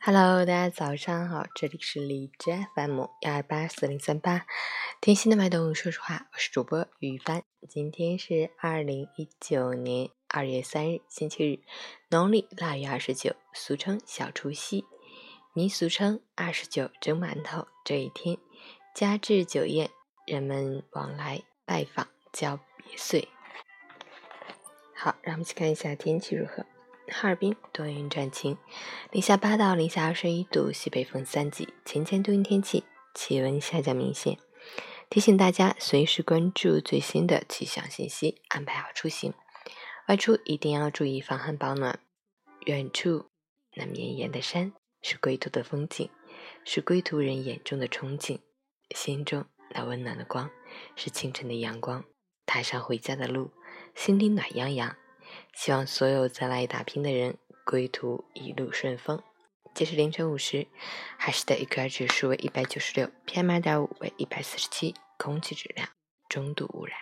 Hello， 大家早上好，这里是荔枝 FM1284038，听心的脉动，说实话，我是主播于帆。今天是2019年2月3日，星期日，农历腊月29，俗称小除夕，民俗称29蒸馒头。这一天，家置酒宴，人们往来拜访，交别岁。好，让我们一起看一下天气如何。哈尔滨多云转晴，零下8到零下21度，西北风3级，晴间多云天气，气温下降明显。提醒大家随时关注最新的气象信息，安排好出行。外出一定要注意防寒保暖。远处那绵延的山是归途的风景，是归途人眼中的憧憬。心中那温暖的光是清晨的阳光，踏上回家的路，心里暖洋洋。希望所有在外打拼的人归途一路顺风。截至凌晨5时，海市的 AQI 指数为196， PM2.5 为147，空气质量中度污染。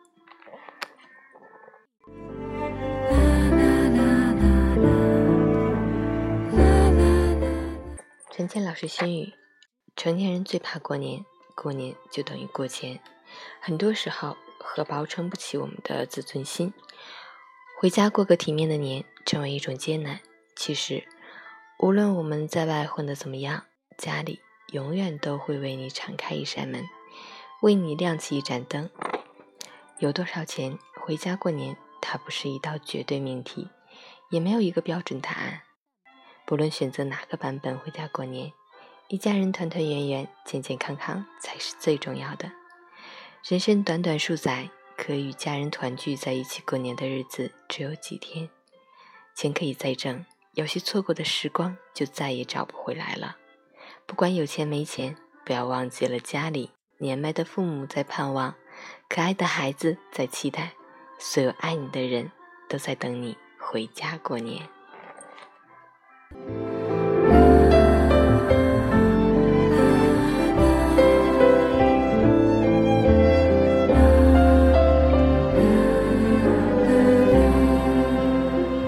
陈倩老师心语：成年人最怕过年，过年就等于过钱。很多时候，荷包撑不起我们的自尊心，回家过个体面的年成为一种艰难。其实无论我们在外混得怎么样，家里永远都会为你敞开一扇门，为你亮起一盏灯。有多少钱回家过年，它不是一道绝对命题，也没有一个标准答案。不论选择哪个版本回家过年，一家人团团圆圆，健健康康才是最重要的。人生短短数载，可与家人团聚在一起过年的日子只有几天。钱可以再挣，有些错过的时光就再也找不回来了。不管有钱没钱，不要忘记了家里年迈的父母在盼望，可爱的孩子在期待，所有爱你的人都在等你回家过年。